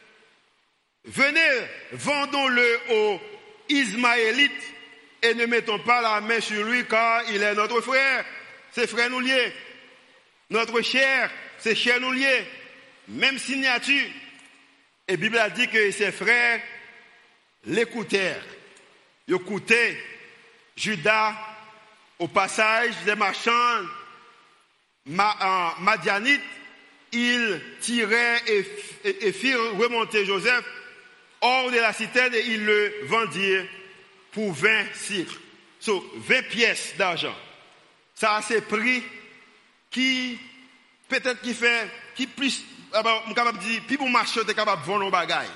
Venez, vendons-le aux Ismaélites et ne mettons pas la main sur lui car il est notre frère. C'est frère nous liés. Notre chair, c'est chair nous liés. Même signature. Et la Bible a dit que ses frères l'écoutèrent. Ils écoutaient Judas au passage des marchands ma, euh, madianites. Ils tiraient et, et, et firent remonter Joseph hors de la citerne et ils le vendirent pour vingt sicles. So, vingt pièces d'argent. Ça a ces prix qui, peut-être qui fait, qui plus, je suis capable de dire, plus bon marché, tu es capable de vendre nos bagailles.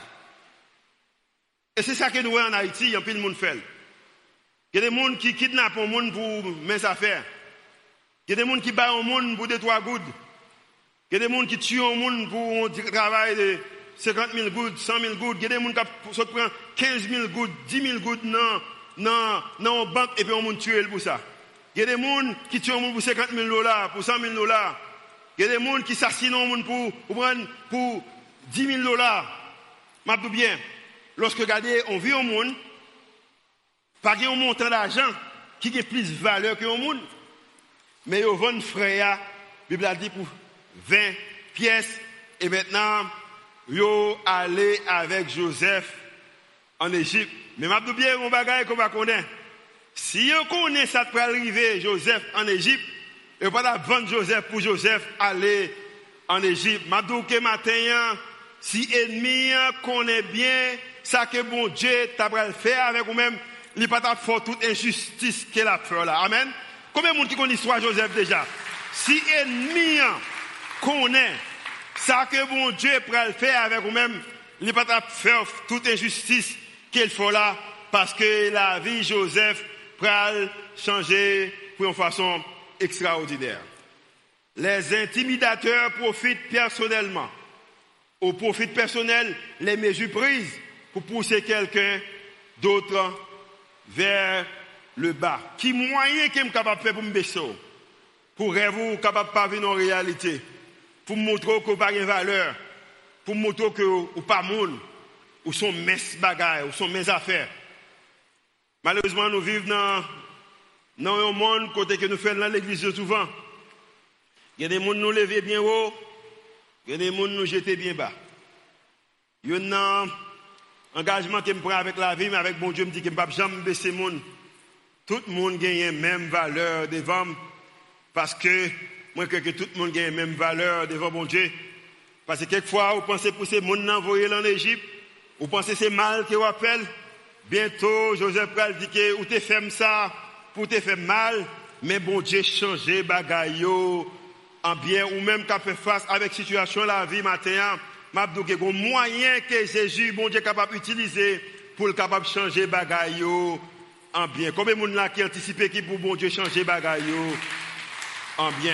Et c'est ça que nous voyons en Haïti, il y a plein de monde fait. Il y a des gens qui kidnappent un monde pour mes affaires. Il y a des gens qui battent un monde pour deux, trois gouttes. Il y a des gens qui tuent un monde pour un travail de cinquante mille gouttes, cent mille gouttes. Il y a des gens qui prennent quinze mille gouttes, dix mille gouttes dans, dans, dans une banque et puis on monde tue pour ça. Il y a des gens qui tuent un monde pour cinquante mille dollars, pour cent mille dollars. Il y a des gens qui assassinent un monde pour, pour prendre pour dix mille dollars. Je dis bien, lorsque regardez, on vit un monde, pas un montant d'argent qui a plus de valeur que un monde, mais on vend frère, la Bible a dit pour vingt pièces, et maintenant, yo allé avec Joseph en Égypte. Mais je dis bien, mon bagage qu'on va connaître. Si on connaît ça pour arriver Joseph en Égypte, et pas vendre Joseph pour Joseph aller en Égypte. Je dis que matin, si ennemi connaît bien ça que bon Dieu t'a fait avec vous-même, il n'y a pas de toute injustice qu'elle a fait là. Amen. Combien de monde qui connaît l'histoire de Joseph déjà? Si ennemi connaît ça que bon Dieu peut faire avec vous-même, il n'y a pas de faire toute injustice qu'il faut là, parce que la vie de Joseph peut changer pour une façon extraordinaire. Les intimidateurs profitent personnellement. Au profit personnel, les mesures prises pour pousser quelqu'un d'autre vers le bas. Qui moyen qu'il est capable de faire pour me baisser? Pour rêver capable de parvenir en réalité. Pour montrer que vous n'avez pas de valeur. Pour montrer que vous n'avez pas de monde. Ou sont mes bagailles, ou sont mes affaires. Malheureusement, nous vivons dans, dans un monde côté que nous faisons dans l'église souvent. Il y a des gens qui nous lèvent bien haut. Il y a des gens qui nous jettent bien bas. Il y a un engagement que je prends avec la vie, mais avec mon Dieu, je me dis que je ne peux pas jamais baisser le monde. Tout le monde gagne la même valeur devant moi. Parce que moi, je crois que tout le monde gagne la même valeur devant mon Dieu. Parce que quelquefois, vous pensez pour ces gens envoyés en Égypte, vous pensez que c'est mal que vous appelez. Bientôt, Joseph Pral dit que vous te fait ça pour te faire mal, mais bon Dieu changer bagaille en bien, ou même qu'à faire face avec la situation de la vie matin. Je dis qu'il y a un moyen que Jésus, bon Dieu, est capable d'utiliser pour le capable de changer bagaille en bien. Combien de gens là qui anticipent qui pour bon Dieu changer bagaille en bien?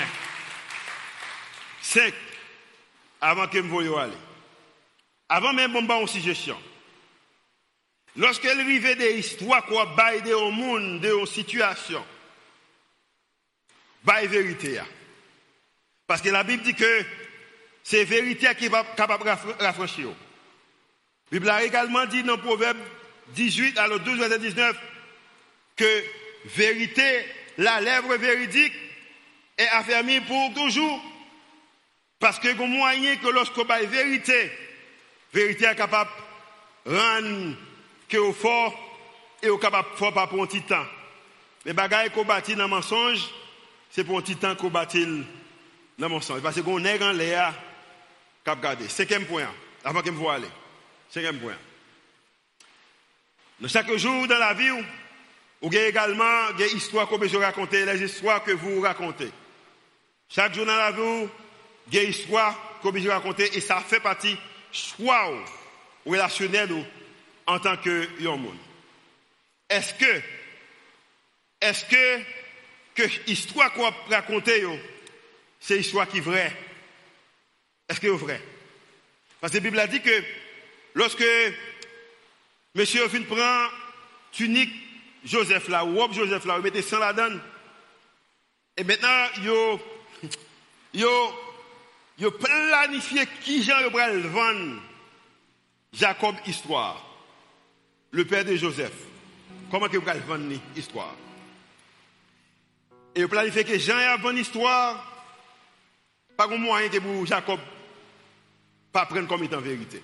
Cinq. Avant que je me aller. Avant même de me une suggestion. Lorsqu'elle vivait des histoires qu'on baille de au monde, de une situation, baille vérité. Parce que la Bible dit que c'est vérité qui est capable de rafraîchir. La Bible a également dit dans Proverbe dix-huit, alors douze, verset dix-neuf, que vérité, la lèvre véridique est affermie pour toujours. Parce que le moyen que lorsqu'on a la vérité, la vérité est capable de rendre que au fort et au capable de faire pour un petit temps. Les bagailles qu'on bâtit dans le mensonge, c'est pour un petit temps qu'on bâtit dans le mensonge. Parce qu'on est en l'air qu'à regarder. Cinquième point, avant que je me voie aller. Cinquième point. Dans chaque jour dans la vie, vous avez également des histoires que vous racontez, les histoires que vous racontez. Chaque jour dans la vie, vous avez des histoires que vous racontez et ça fait partie choix relationnel en tant que monde. Est-ce que, est-ce que, que l'histoire qu'on raconte, c'est une histoire qui est vraie? Est-ce que c'est vrai? Parce que la Bible a dit que lorsque monsieur fin prend tunique Joseph là, robe Joseph là, il mettait sang la donne. Et maintenant, yo, yo, yo planifié qui Jean yo pral vendre Jacob histoire, le père de Joseph. Comment que vous allez vendre l'histoire? Et vous planifiez que Jean a vendu l'histoire, pas de moyen que pour Jacob pas prendre comme étant vérité.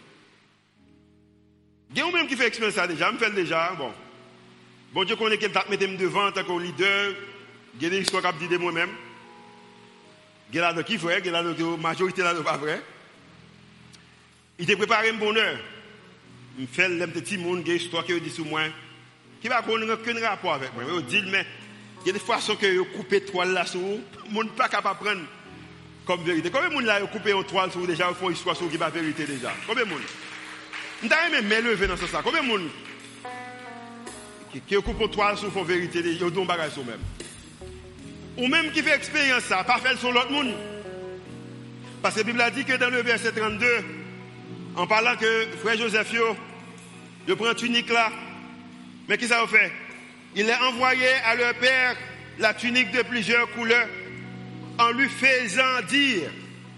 Il y a même qui fait expérience ça déjà, je me fais déjà. Bon, bon Dieu connaît qu'elle t'a mis devant en tant que leader. Il y a des histoires qui disent de moi-même. Il y a là qui est vrai, il y a là la majorité là pas vrai. Il t'a préparé un bonheur. Je fais les petits monde, des histoires qui disent sur moi, qui va avoir aucun rapport avec moi. Je dis, mais il y a des façons que vous coupez toile là sur vous, le monde n'est pas capable de prendre comme vérité. Combien de monde là coupé une toile sur vous déjà, ils font une histoire sur vous qui va vérité déjà? Combien de monde? Je n'ai même pas levé dans ce sens. Combien de monde qui coupent une toile sur vous font vérité, ils ont un bagage sur même? Ou même qui fait expérience ça, pas faire sur l'autre monde. Parce que la Bible a dit que dans le verset trente-deux, en parlant que frère Joseph, yo, yo prend tunique là, mais qui ça a fait? Il a envoyé à leur père la tunique de plusieurs couleurs en lui faisant dire,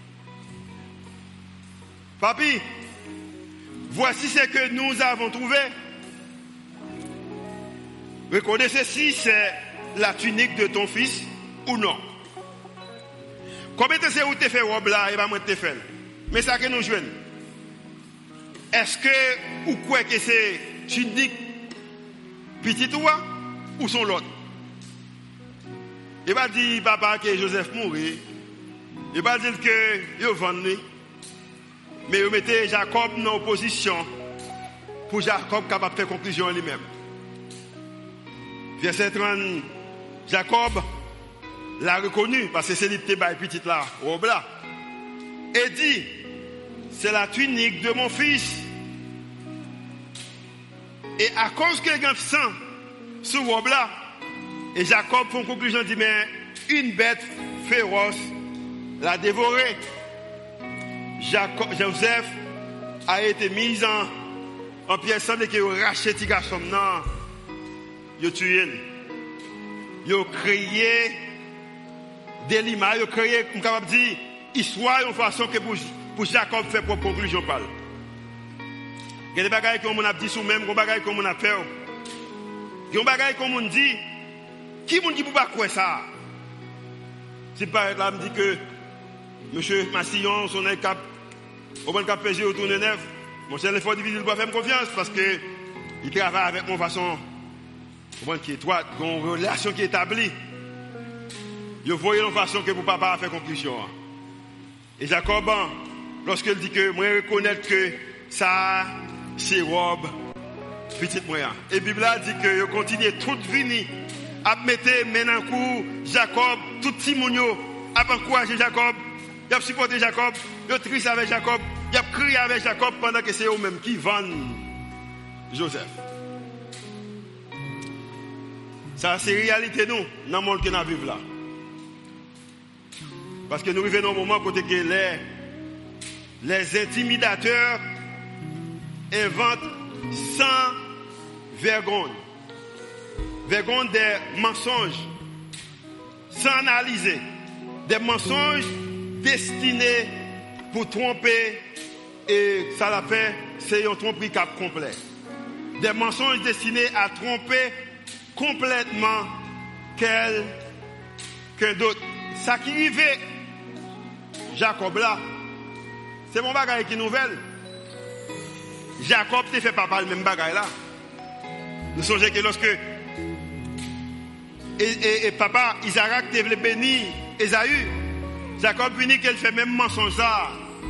Papi, voici ce que nous avons trouvé. Reconnaissez si c'est la tunique de ton fils ou non. Combien de temps où tu fais robe là et pas moi te fait? Mais ça que nous jouons. Est-ce que ou quoi que c'est tunique petit toi ou son l'autre? Il va dire papa que Joseph mourit. Il va dire que il vendu. Mais il mettait Jacob en opposition pour Jacob capable de faire conclusion lui-même. Verset trente, Jacob l'a reconnu parce que c'est lui qui était petit là, robe là. Et dit, c'est la tunique de mon fils. Et à cause que le sang sur robe là, et Jacob fait une conclusion, dit, mais une bête féroce l'a dévoré. Jacob, Joseph a été mis en, en pièce, semble qu'il a racheté ce garçon. Non, il a tué. Il a créé des limaces, il a créé, comme capable de dire, histoire de façon que pour, pour Jacob faire propre conclusion. Il y a des bagailles qu'on a dit sous même, des bagailles qu'on a fait. Il y a des bagailles qu'on a dit, qui m'a dit pour pas quoi ça? C'est par exemple, me dit que M. Massillon, son cap, au bon cap P G autour de neuf, mon cher l'effort difficile doit faire confiance parce que il travaille avec mon façon, qui est droite, une relation qui est établie. Il voyait une façon que mon papa a fait conclusion. Et Jacob, lorsqu'il dit que moi reconnaître que ça, c'est robe, petite moyen. Et la Bible a dit que il continue toute vie à mettre maintenant coup Jacob, tout petit monde a encouragé Jacob, il a supporté Jacob, il a triste avec Jacob, il a crié avec Jacob pendant que c'est eux-mêmes qui vendent Joseph. Ça, c'est la réalité, nous, dans le monde que nous vivons là. Parce que nous vivons dans un moment où les, les intimidateurs inventent sans vergogne. Vergogne des mensonges, sans analyser. Des mensonges destinés pour tromper, et ça l'a fait, c'est un tromperie cap complet. Des mensonges destinés à tromper complètement quelqu'un d'autre. Ça qui arrivait, Jacob là, C'est mon bagage qui est nouvelle. Jacob t'a fait papa le même bagage là. Nous songeons que lorsque et, et, et papa Isaac t'a voulu bénir Esaü, Jacob venu qu'elle fait même mensonge ça.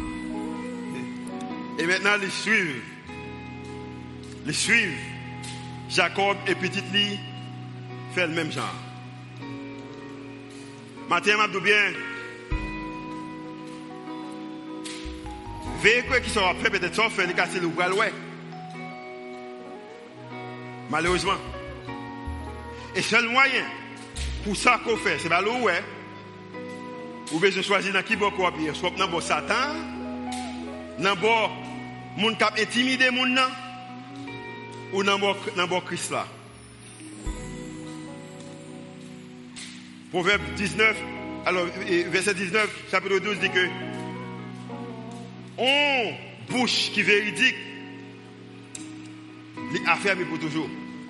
Et maintenant les suivent. Les suivent. Jacob et petite Lee fait le même genre. Matin m'a dit bien. Veillez quoi qui sont fait peut-être ça fait les casser le bras ouais. Malheureusement. Et seul moyen pour ça qu'on fait, c'est pas le ouais. Ou bien je choisis dans qui bon copier, soit dans bon Satan, dans bon monde qui intimider monde nan, ou dans bon dans bon Christ là. Proverbe dix-neuf, alors verset dix-neuf, chapitre douze dit que on bouche qui véridique les affaires mais pour toujours.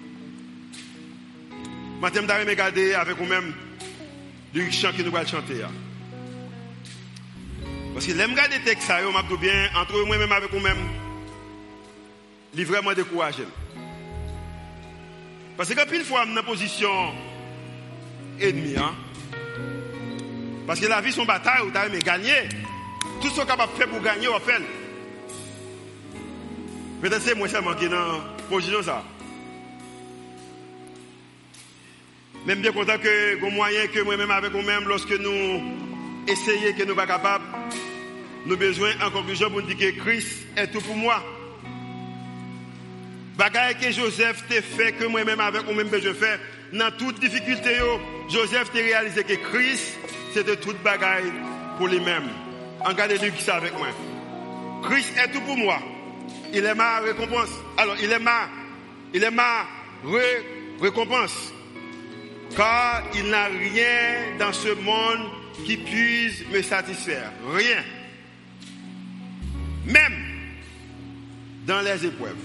Maintenant, je vais regarder avec vous-même le chant que nous allons chanter. Parce que je regarde les textes, je me dis bien, entre moi-même avec vous-même, il est vraiment découragé. Parce que pile fois, je suis dans une position ennemie. Hein? Parce que la vie, c'est une bataille, vous avez gagner. Tout ce qu'on est capable de faire pour gagner, on fait. Peut-être que c'est moi seulement qui est dans la position ça. Même bien content que les moyens que moi-même avec nous-mêmes, lorsque nous essayons que nous ne sommes pas capables, nous avons besoin en conclusion pour dire que Christ est tout pour moi. Bagaille que Joseph t'a fait, que moi-même avec nous-mêmes besoin faire, dans toute difficulté, Joseph t'a réalisé que Christ, c'était toute bagaille pour lui-même. Regardez-lui qui ça avec moi. Christ est tout pour moi. Il est ma récompense. Alors, il est ma, il est ma ré, récompense. Car il n'a rien dans ce monde qui puisse me satisfaire. Rien. Même dans les épreuves.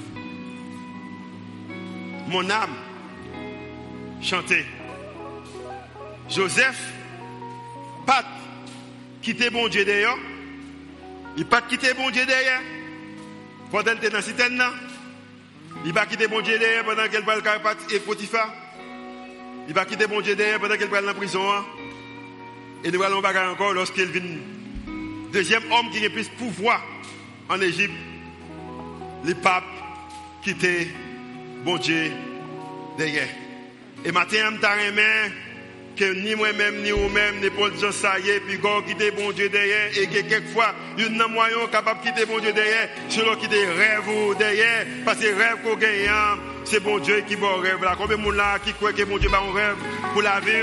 Mon âme chantait. Joseph, pas quitter bon Dieu d'ailleurs. Il pas quitter bon Dieu derrière. Pendant qu'il était dans la citerne, il pas quitter bon Dieu derrière pendant qu'elle parle de Potiphar. Il va quitter bon Dieu derrière pendant qu'il va dans la prison. Et nous allons bagarre encore lorsqu'il vient. Deuxième homme qui a plus de pouvoir en Égypte. Les papes quitter bon Dieu derrière. Et maintenant, je t'ai que ni moi-même, ni vous-même, ni Paul Jean Saillé, puis God quitter bon Dieu derrière. Et que quelquefois, il y a un moyen capable de quitter bon Dieu derrière. Selon qui des rêves derrière. Parce que les rêves qu'on gagne, c'est bon Dieu qui va rêve là. Combien de monde là qui croit que bon Dieu va un rêve pour la vie?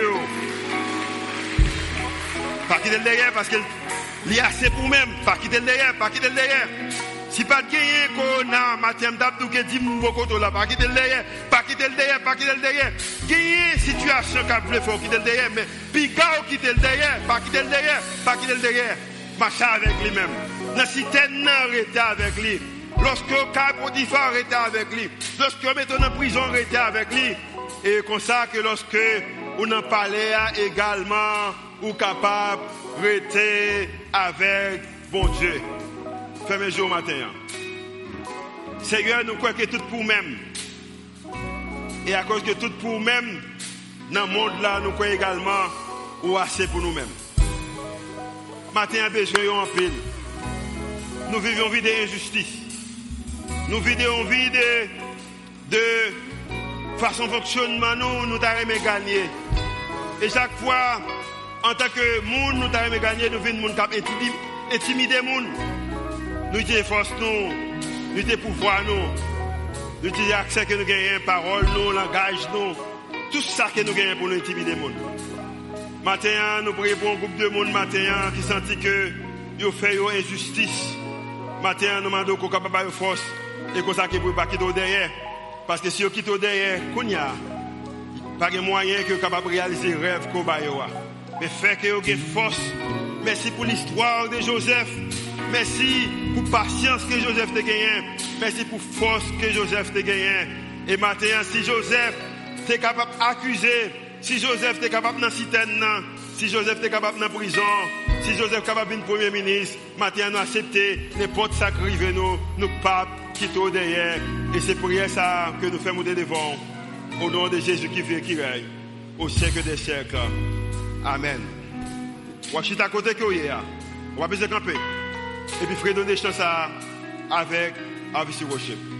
Pas quitter le derrière parce qu'il y a assez pour même. Pas quitter le derrière, pas quitter le derrière. Si pas de gagner qu'on a, Mathieu Dabdou qui dit beaucoup là, pas quitter le derrière, pas quitter le derrière, pas quitter le derrière. Gagner situation qui veut faut quitter le derrière, mais pigao quitter le derrière, pas quitter le derrière, pas quitter le derrière. Marcher avec lui-même. La citerne arrêté avec lui. Lorsque le cas Potiphar était avec lui, lorsque mettons en prison était avec lui, et comme ça que lorsque on en parlait également, ou capable de rester avec bon Dieu. Fermez jour matin. Seigneur, nous croyons que tout pour nous-mêmes. Et à cause que tout pour nous-mêmes, dans le monde là, nous croyons également ou assez pour nous-mêmes. Matin, besoin en pile. Nous vivons une vie d'injustice. Nous vivons une vie de, de façon de fonctionnement, nous, nous avons gagné. Et chaque fois, en tant que monde, nous avons gagné, nous vivons monde qui intimider les gens. Nous avons force, nous, nous avons pouvoir, nous, nous avons accès que nous gagnons, parole, nous, langage, nous, tout ça que nous gagnons pour nous intimider les gens. Maintenant, nous prions pour un groupe de monde maintenant qui sentit que ils ont fait une injustice. Maintenant, nous demandons qu'on soit capable de force et qu'on soit capable de pas quitter derrière. Parce que si on quitte derrière, il n'y a pas de moyen que capable de réaliser le rêve qu'on a. Mais fait que vous avez force. Merci pour l'histoire de Joseph. Merci pour la patience que Joseph a gagné. Merci pour la force que Joseph a gagné. Et maintenant, si Joseph est capable d'accuser, si Joseph est capable de citer, Si Joseph était capable dans la prison, si Joseph est capable d'être premier ministre, maintenant nous accepter n'importe ça qui arrive nous, nous pas quitter derrière. Et c'est pour ça que nous faisons devant. Au nom de Jésus qui vit et qui règne, au siècle des siècles. Amen. On va à côté que vous êtes. On va besoin de camper. Et puis, frère, donner chance avec Avisi Worship.